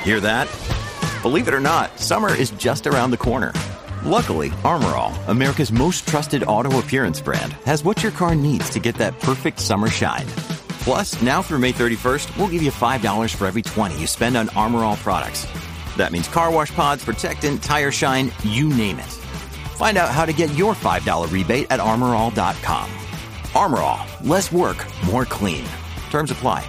Hear that? Believe it or not, summer is just around the corner. Luckily, Armor All, America's most trusted auto appearance brand, has what your car needs to get that perfect summer shine. Plus, now through May 31st, we'll give you $5 for every $20 you spend on Armor All products. That means car wash pods, protectant, tire shine, you name it. Find out how to get your $5 rebate at armorall.com. Armor All, less work, more clean. Terms apply.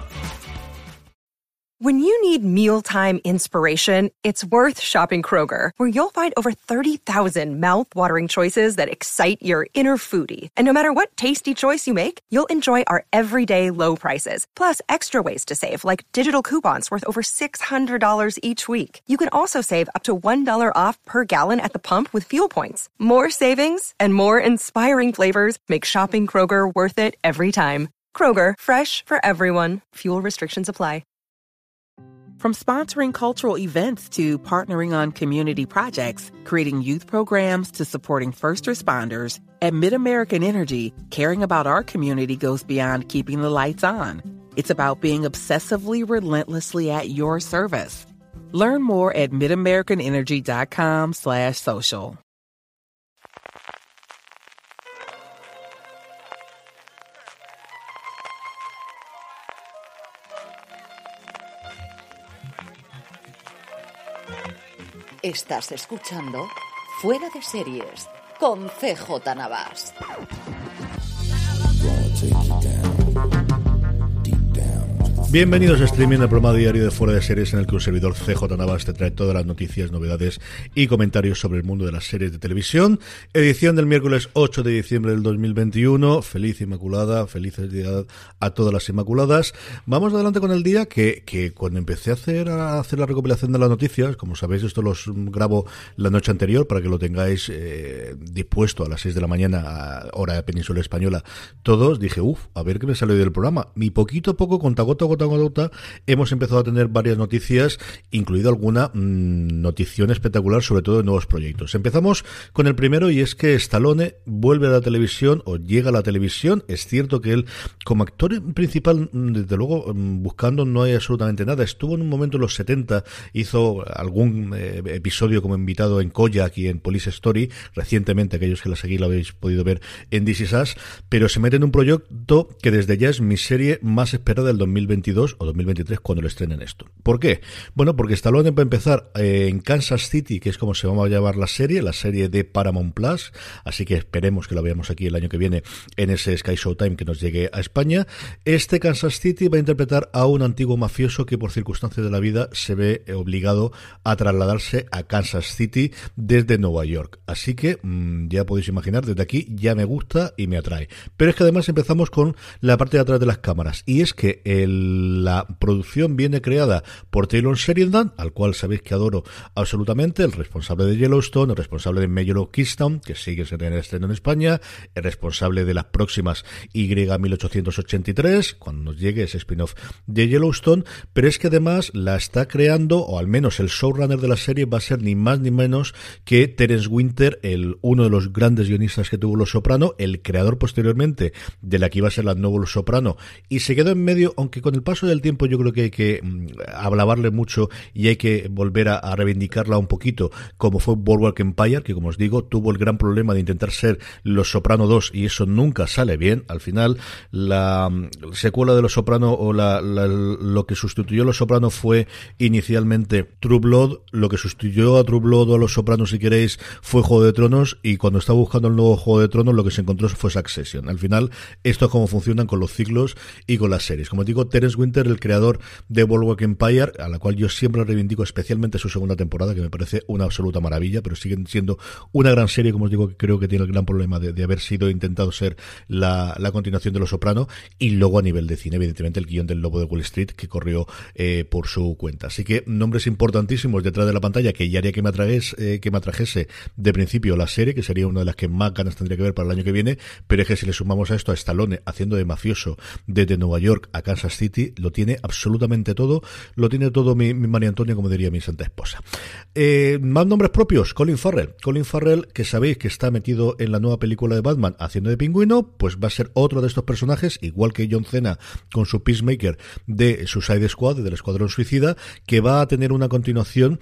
When you need mealtime inspiration, it's worth shopping Kroger, where you'll find over 30,000 mouth-watering choices that excite your inner foodie. And no matter what tasty choice you make, you'll enjoy our everyday low prices, plus extra ways to save, like digital coupons worth over $600 each week. You can also save up to $1 off per gallon at the pump with fuel points. More savings and more inspiring flavors make shopping Kroger worth it every time. Kroger, fresh for everyone. Fuel restrictions apply. From sponsoring cultural events to partnering on community projects, creating youth programs to supporting first responders, at MidAmerican Energy, caring about our community goes beyond keeping the lights on. It's about being obsessively relentlessly at your service. Learn more at midamericanenergy.com/social. Estás escuchando Fuera de Series con CJ Navas. Bienvenidos a Streaming, el programa diario de Fuera de Series en el que un servidor CJ Navas te trae todas las noticias, novedades y comentarios sobre el mundo de las series de televisión. Edición del miércoles 8 de diciembre del 2021. Feliz Inmaculada, felices día a todas las Inmaculadas. Vamos adelante con el día que cuando empecé a hacer la recopilación de las noticias, como sabéis, esto los grabo la noche anterior para que lo tengáis dispuesto a las 6 de la mañana, hora península española, todos, dije, a ver qué me sale del programa. Y poquito a poco, gota a gota, hemos empezado a tener varias noticias, incluido alguna notición espectacular, sobre todo de nuevos proyectos. Empezamos con el primero, y es que Stallone vuelve a la televisión, o llega a la televisión. Es cierto que él, como actor principal, desde luego, buscando no hay absolutamente nada. Estuvo en un momento en los 70, hizo algún episodio como invitado en Kojak y en Police Story, recientemente, aquellos que la seguís lo habéis podido ver en This Is Us, pero se mete en un proyecto que desde ya es mi serie más esperada del 2022 o 2023 cuando lo estrenen esto. ¿Por qué? Bueno, porque Stallone va a empezar en Kansas City, que es como se va a llamar la serie de Paramount Plus, así que esperemos que la veamos aquí el año que viene en ese Sky Showtime que nos llegue a España. Este Kansas City va a interpretar a un antiguo mafioso que por circunstancias de la vida se ve obligado a trasladarse a Kansas City desde Nueva York. Así que ya podéis imaginar, desde aquí ya me gusta y me atrae. Pero es que además empezamos con la parte de atrás de las cámaras, y es que la producción viene creada por Taylor Sheridan, al cual sabéis que adoro absolutamente, el responsable de Yellowstone, el responsable de Major of Keystone, que sigue en el estreno en España, el responsable de las próximas Y1883, cuando nos llegue ese spin-off de Yellowstone, pero es que además la está creando, o al menos el showrunner de la serie va a ser ni más ni menos que Terence Winter, uno de los grandes guionistas que tuvo Los Soprano, el creador posteriormente de la que iba a ser la nueva Los Soprano, y se quedó en medio, aunque con el paso del tiempo yo creo que hay que alabarle mucho y hay que volver a reivindicarla un poquito, como fue Boardwalk Empire, que como os digo, tuvo el gran problema de intentar ser Los Soprano 2 y eso nunca sale bien. Al final, la secuela de Los Soprano, o lo que sustituyó a Los Soprano fue inicialmente True Blood, lo que sustituyó a True Blood o a Los Soprano, si queréis, fue Juego de Tronos, y cuando estaba buscando el nuevo Juego de Tronos lo que se encontró fue Succession. Al final, esto es como funcionan con los ciclos y con las series. Como digo, Terence Winter, el creador de Boardwalk Empire, a la cual yo siempre reivindico especialmente su segunda temporada, que me parece una absoluta maravilla, pero siguen siendo una gran serie, como os digo, que creo que tiene el gran problema de haber sido intentado ser la continuación de Los Soprano, y luego a nivel de cine, evidentemente, el guión del Lobo de Wall Street, que corrió por su cuenta. Así que nombres importantísimos detrás de la pantalla, que ya haría que me atrajese de principio la serie, que sería una de las que más ganas tendría que ver para el año que viene, pero es que si le sumamos a esto a Stallone haciendo de mafioso desde Nueva York a Kansas City, aquí lo tiene absolutamente todo, lo tiene todo mi María Antonia, como diría mi santa esposa. Más nombres propios, Colin Farrell, que sabéis que está metido en la nueva película de Batman haciendo de Pingüino, pues va a ser otro de estos personajes, igual que John Cena con su Peacemaker de Suicide Squad, del Escuadrón Suicida, que va a tener una continuación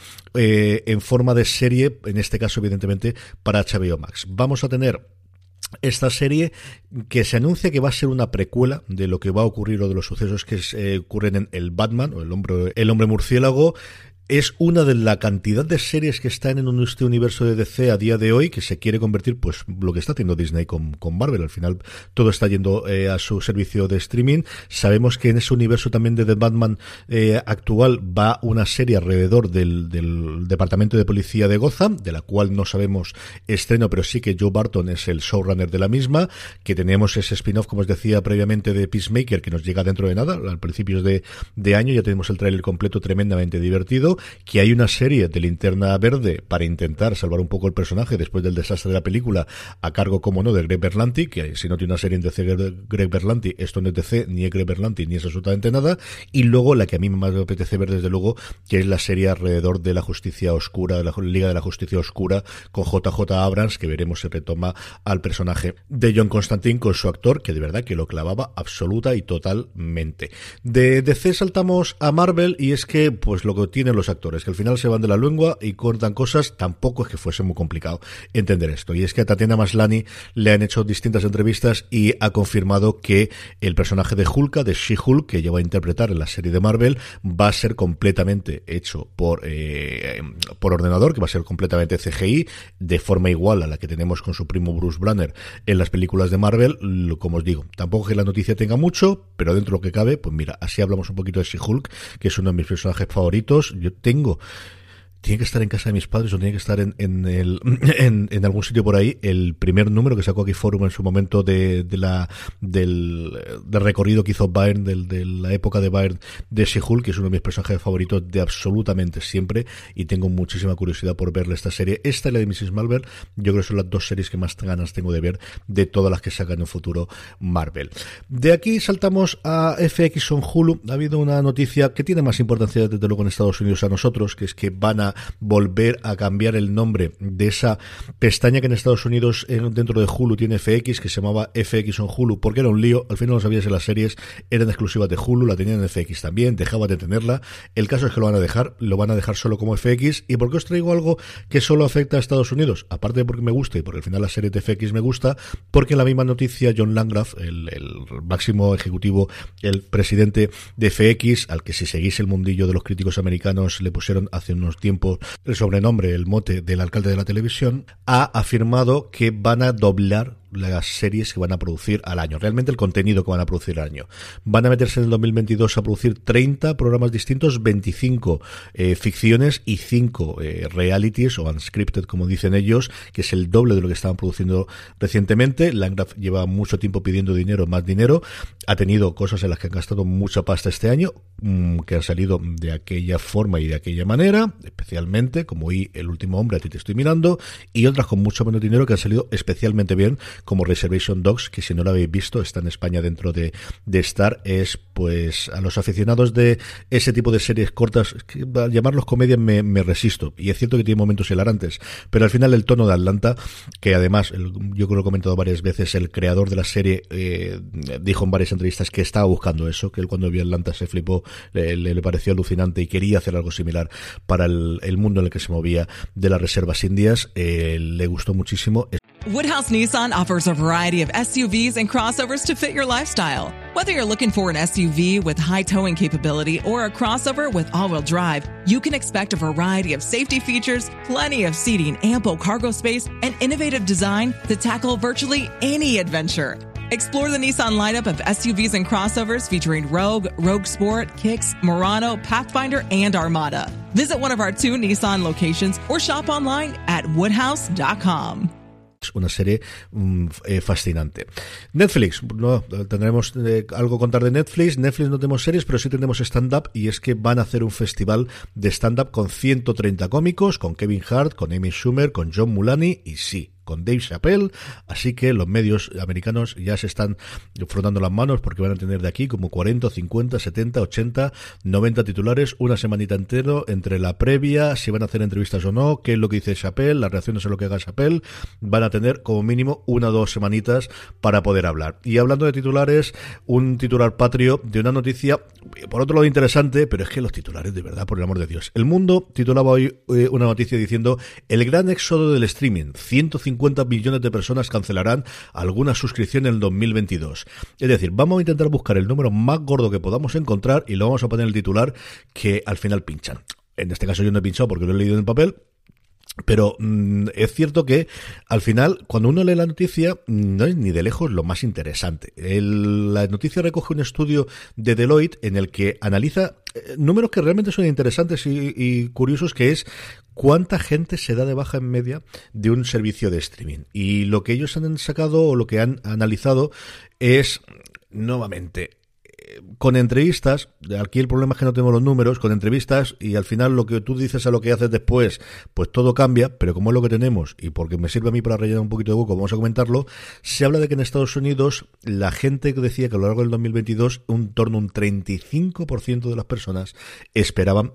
en forma de serie, en este caso evidentemente para HBO Max. Vamos a tener esta serie que se anuncia que va a ser una precuela de lo que va a ocurrir o de los sucesos que ocurren en el Batman o el hombre murciélago. Es una de la cantidad de series que están en este universo de DC a día de hoy, que se quiere convertir, pues, lo que está haciendo Disney con Marvel. Al final, todo está yendo a su servicio de streaming. Sabemos que en ese universo también de The Batman actual va una serie alrededor del Departamento de Policía de Gotham, de la cual no sabemos estreno, pero sí que Joe Barton es el showrunner de la misma, que tenemos ese spin-off, como os decía previamente, de Peacemaker, que nos llega dentro de nada, al principios de año. Ya tenemos el tráiler completo, tremendamente divertido. Que hay una serie de Linterna Verde para intentar salvar un poco el personaje después del desastre de la película, a cargo, como no, de Greg Berlanti, que si no tiene una serie en DC Greg Berlanti, esto no es DC, ni es Greg Berlanti, ni es absolutamente nada. Y luego la que a mí más me apetece ver, desde luego, que es la serie alrededor de la Justicia Oscura, de la Liga de la Justicia Oscura, con JJ Abrams, que veremos si retoma al personaje de John Constantine con su actor, que de verdad que lo clavaba absoluta y totalmente. De DC saltamos a Marvel, y es que, pues, lo que tienen los actores, que al final se van de la lengua y cortan cosas. Tampoco es que fuese muy complicado entender esto, y es que a Tatiana Maslany le han hecho distintas entrevistas y ha confirmado que el personaje de Hulka, de She-Hulk, que ella va a interpretar en la serie de Marvel, va a ser completamente hecho por ordenador, que va a ser completamente CGI, de forma igual a la que tenemos con su primo Bruce Banner en las películas de Marvel. Como os digo, tampoco que la noticia tenga mucho, pero dentro de lo que cabe, pues mira, así hablamos un poquito de She-Hulk, que es uno de mis personajes favoritos. Tiene que estar en casa de mis padres, o tiene que estar en algún sitio por ahí, el primer número que sacó aquí Forum en su momento del recorrido que hizo Byrne, de la época de Byrne, de She-Hulk, que es uno de mis personajes favoritos de absolutamente siempre, y tengo muchísima curiosidad por verle esta serie. Esta y la de Mrs. Marvel, yo creo que son las dos series que más ganas tengo de ver de todas las que sacan en futuro Marvel. De aquí saltamos a FX on Hulu. Ha habido una noticia que tiene más importancia desde luego en Estados Unidos a nosotros, que es que van a volver a cambiar el nombre de esa pestaña que en Estados Unidos dentro de Hulu tiene FX, que se llamaba FX on Hulu, porque era un lío. Al final no sabías si las series eran exclusivas de Hulu, la tenían en FX también, dejaba de tenerla. El caso es que lo van a dejar solo como FX. ¿Y por qué os traigo algo que solo afecta a Estados Unidos? Aparte de porque me gusta y porque al final la serie de FX me gusta, porque en la misma noticia John Landgraf, el máximo ejecutivo, el presidente de FX, al que si seguís el mundillo de los críticos americanos le pusieron hace unos tiempos el sobrenombre, el mote del alcalde de la televisión, ha afirmado que van a doblar las series que van a producir al año, realmente el contenido que van a producir al año. Van a meterse en el 2022 a producir 30 programas distintos, 25 ficciones y 5 realities o unscripted, como dicen ellos, que es el doble de lo que estaban produciendo recientemente. Landgraf lleva mucho tiempo pidiendo dinero, más dinero. Ha tenido cosas en las que han gastado mucha pasta este año, que han salido de aquella forma y de aquella manera, especialmente como El último hombre, a ti te estoy mirando, y otras con mucho menos dinero que han salido especialmente bien, como Reservation Dogs, que si no lo habéis visto está en España dentro de Star. Es, pues, a los aficionados de ese tipo de series cortas, que llamarlos comedias me resisto, y es cierto que tiene momentos hilarantes, pero al final el tono de Atlanta, que además yo creo que lo he comentado varias veces, el creador de la serie dijo en varias entrevistas que estaba buscando eso, que él cuando vio Atlanta se flipó, le pareció alucinante y quería hacer algo similar para el mundo en el que se movía de las reservas indias. Le gustó muchísimo. Woodhouse Nissan offers a variety of SUVs and crossovers to fit your lifestyle. Whether you're looking for an SUV with high towing capability or a crossover with all-wheel drive, you can expect a variety of safety features, plenty of seating, ample cargo space, and innovative design to tackle virtually any adventure. Explore the Nissan lineup of SUVs and crossovers featuring Rogue, Rogue Sport, Kicks, Murano, Pathfinder, and Armada. Visit one of our 2 Nissan locations or shop online at woodhouse.com. Una serie fascinante. Netflix, no tendremos algo que contar de Netflix. Netflix no tenemos series, pero sí tenemos stand-up, y es que van a hacer un festival de stand-up con 130 cómicos, con Kevin Hart, con Amy Schumer, con John Mulaney, y sí, con Dave Chappelle, así que los medios americanos ya se están frotando las manos porque van a tener de aquí como 40, 50, 70, 80, 90 titulares, una semanita entero entre la previa, si van a hacer entrevistas o no, qué es lo que dice Chappelle, las reacciones a lo que haga Chappelle, van a tener como mínimo 1 o 2 semanitas para poder hablar. Y hablando de titulares, un titular patrio de una noticia, por otro lado interesante, pero es que los titulares, de verdad, por el amor de Dios. El Mundo titulaba hoy una noticia diciendo: el gran éxodo del streaming, 150 millones de personas cancelarán alguna suscripción en el 2022. Es decir, vamos a intentar buscar el número más gordo que podamos encontrar y lo vamos a poner en el titular que al final pinchan. En este caso yo no he pinchado porque lo he leído en el papel. Pero es cierto que al final, cuando uno lee la noticia, no es ni de lejos lo más interesante. La noticia recoge un estudio de Deloitte en el que analiza números que realmente son interesantes y curiosos, que es cuánta gente se da de baja en media de un servicio de streaming. Y lo que ellos han sacado o lo que han analizado es, nuevamente, con entrevistas, aquí el problema es que no tenemos los números, con entrevistas, y al final lo que tú dices a lo que haces después, pues todo cambia, pero como es lo que tenemos, y porque me sirve a mí para rellenar un poquito de hueco, vamos a comentarlo. Se habla de que en Estados Unidos la gente que decía que a lo largo del 2022 en torno a un 35% de las personas esperaban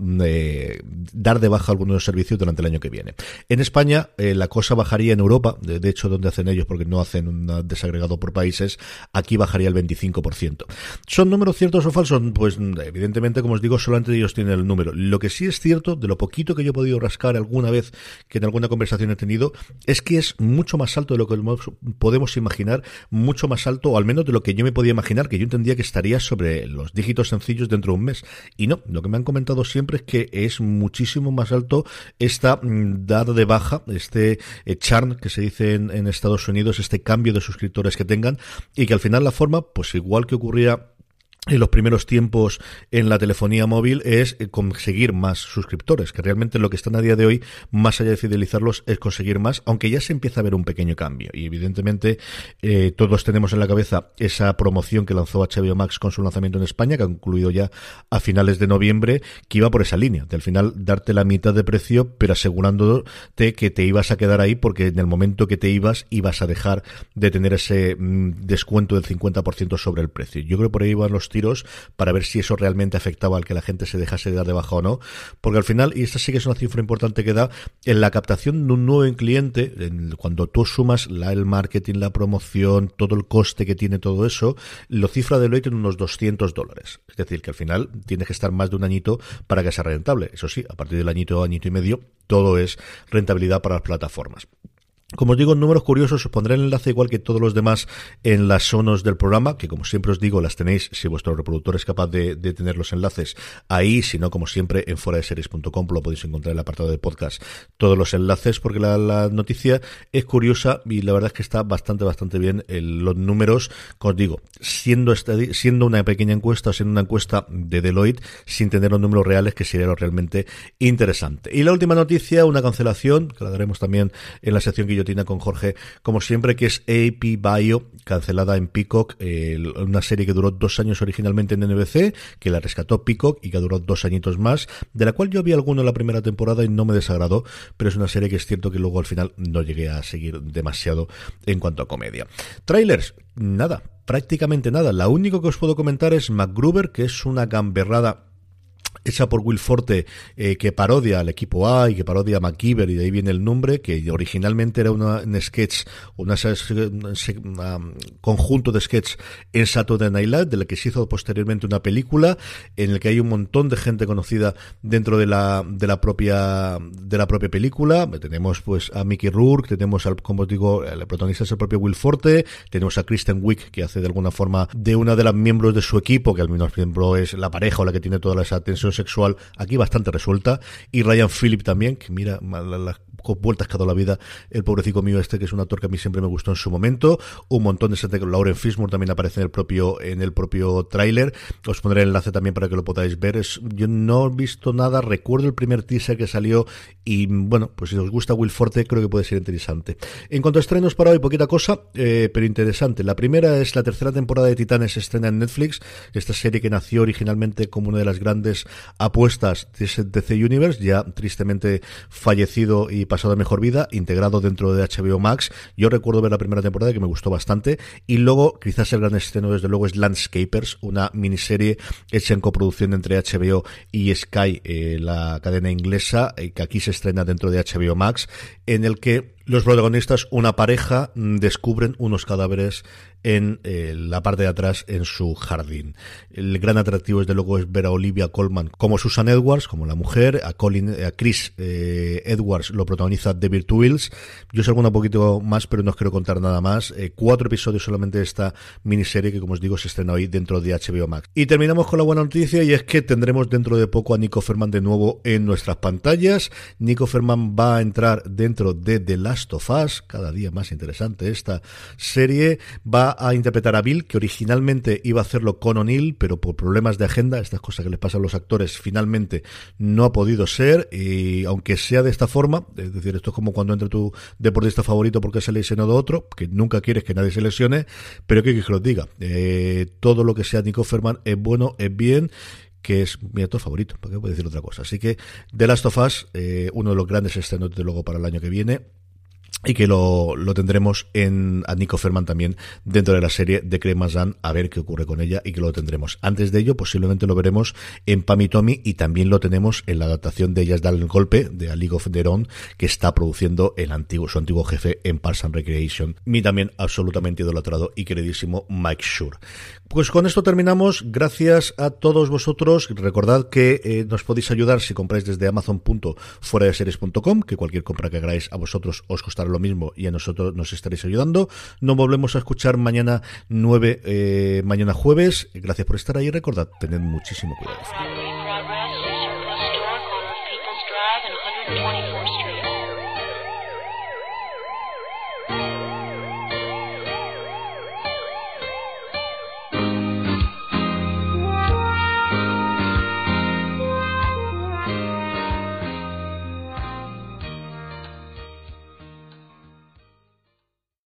dar de baja algunos de los servicios durante el año que viene. En España la cosa bajaría, en Europa, de hecho donde hacen ellos, porque no hacen un desagregado por países, aquí bajaría el 25%. ¿Son números ciertos o falsos? Pues evidentemente, como os digo, solamente ellos tienen el número. Lo que sí es cierto, de lo poquito que yo he podido rascar alguna vez, que en alguna conversación he tenido, es que es mucho más alto de lo que podemos imaginar, mucho más alto, o al menos de lo que yo me podía imaginar, que yo entendía que estaría sobre los dígitos sencillos dentro de un mes. Y no, lo que me han comentado siempre es que es muchísimo más alto esta dar de baja, este churn que se dice en Estados Unidos, este cambio de suscriptores que tengan, y que al final la forma, pues igual que ocurría en los primeros tiempos en la telefonía móvil, es conseguir más suscriptores, que realmente lo que están a día de hoy, más allá de fidelizarlos, es conseguir más, aunque ya se empieza a ver un pequeño cambio. Y evidentemente todos tenemos en la cabeza esa promoción que lanzó HBO Max con su lanzamiento en España, que ha concluido ya a finales de noviembre, que iba por esa línea, de al final darte la mitad de precio, pero asegurándote que te ibas a quedar ahí, porque en el momento que te ibas a dejar de tener ese descuento del 50% sobre el precio. Yo creo que por ahí van los tiros para ver si eso realmente afectaba al que la gente se dejase de dar de baja o no, porque al final, y esta sí que es una cifra importante que da, en la captación de un nuevo cliente, cuando tú sumas el marketing, la promoción, todo el coste que tiene todo eso, lo cifra Deloitte en unos $200. Es decir, que al final tienes que estar más de un añito para que sea rentable. Eso sí, a partir del añito y medio, todo es rentabilidad para las plataformas. Como os digo, números curiosos, os pondré el enlace igual que todos los demás en las sonos del programa, que como siempre os digo, las tenéis, si vuestro reproductor es capaz de tener los enlaces ahí, si no, como siempre, en fueradeseries.com lo podéis encontrar en el apartado de podcast, todos los enlaces, porque la noticia es curiosa y la verdad es que está bastante bien los números, como os digo, siendo una pequeña encuesta, o siendo una encuesta de Deloitte, sin tener los números reales, que sería lo realmente interesante. Y la última noticia, una cancelación, que la daremos también en la sección que yo tiene con Jorge, como siempre, que es AP Bio, cancelada en Peacock, una serie que duró 2 años originalmente en NBC, que la rescató Peacock y que duró 2 añitos más, de la cual yo vi alguno en la primera temporada y no me desagradó, pero es una serie que es cierto que luego al final no llegué a seguir demasiado en cuanto a comedia. Trailers, nada, prácticamente nada. La único que os puedo comentar es MacGruber, que es una gamberrada hecha por Will Forte, que parodia al equipo A y que parodia a MacGyver, y de ahí viene el nombre, que originalmente era un sketch, un conjunto de sketch en Saturday Night Live, de la que se hizo posteriormente una película, en el que hay un montón de gente conocida dentro de la propia película. Tenemos pues a Mickey Rourke, tenemos como os digo, el protagonista es el propio Will Forte, tenemos a Kristen Wiig, que hace de alguna forma de una de las miembros de su equipo, que al menos miembro es la pareja o la que tiene toda esa tensión sexual aquí bastante resuelta, y Ryan Phillip también, que mira las vueltas que ha dado la vida el pobrecito mío que es un actor que a mí siempre me gustó en su momento. Un montón de gente, Lauren Fishburne también aparece en el propio tráiler. Os pondré el enlace también para que lo podáis ver. Yo no he visto nada, recuerdo el primer teaser que salió y bueno, pues si os gusta Will Forte creo que puede ser interesante. En cuanto a estrenos para hoy, poquita cosa, pero interesante. La primera es la 3ª temporada de Titanes, se estrena en Netflix, esta serie que nació originalmente como una de las grandes apuestas de DC Universe, ya tristemente fallecido y Pasado de Mejor Vida, integrado dentro de HBO Max. Yo recuerdo ver la primera temporada, que me gustó bastante, y luego quizás el gran estreno desde luego es Landscapers, una miniserie hecha en coproducción entre HBO y Sky, la cadena inglesa, que aquí se estrena dentro de HBO Max, en el que los protagonistas, una pareja, descubren unos cadáveres en la parte de atrás en su jardín. El gran atractivo desde luego es ver a Olivia Colman como Susan Edwards, como la mujer, a Chris Edwards lo protagoniza David Wills. Yo salgo un poquito más, pero no os quiero contar nada más. 4 episodios solamente de esta miniserie que, como os digo, se estrena hoy dentro de HBO Max. Y terminamos con la buena noticia, y es que tendremos dentro de poco a Nico Offerman de nuevo en nuestras pantallas. Nico Offerman va a entrar dentro de The Last of Us, cada día más interesante esta serie. Va a interpretar a Bill, que originalmente iba a hacerlo con O'Neill, pero por problemas de agenda, estas cosas que les pasan a los actores, finalmente no ha podido ser, y aunque sea de esta forma, es decir, esto es como cuando entra tu deportista favorito porque se lesionó de otro, que nunca quieres que nadie se lesione, pero que os diga, todo lo que sea Nico Offerman es bueno, es bien, que es mi actor favorito, ¿para qué puedo decir otra cosa? Así que The Last of Us, uno de los grandes estrenos desde luego para el año que viene, y que lo tendremos a Nico Offerman también dentro de la serie de Craig Mazin, a ver qué ocurre con ella, y que lo tendremos. Antes de ello, posiblemente lo veremos en Pam y Tommy, y también lo tenemos en la adaptación de Ellas Dan el Golpe, de A League of Their Own, que está produciendo su antiguo jefe en Parks and Recreation, mi también absolutamente idolatrado y queridísimo Mike Schur. Pues con esto terminamos. Gracias a todos vosotros. Recordad que nos podéis ayudar si compráis desde amazon.fueradeseries.com, que cualquier compra que hagáis a vosotros os costará lo mismo y a nosotros nos estaréis ayudando. Nos volvemos a escuchar mañana mañana jueves. Gracias por estar ahí. Recordad, tened muchísimo cuidado.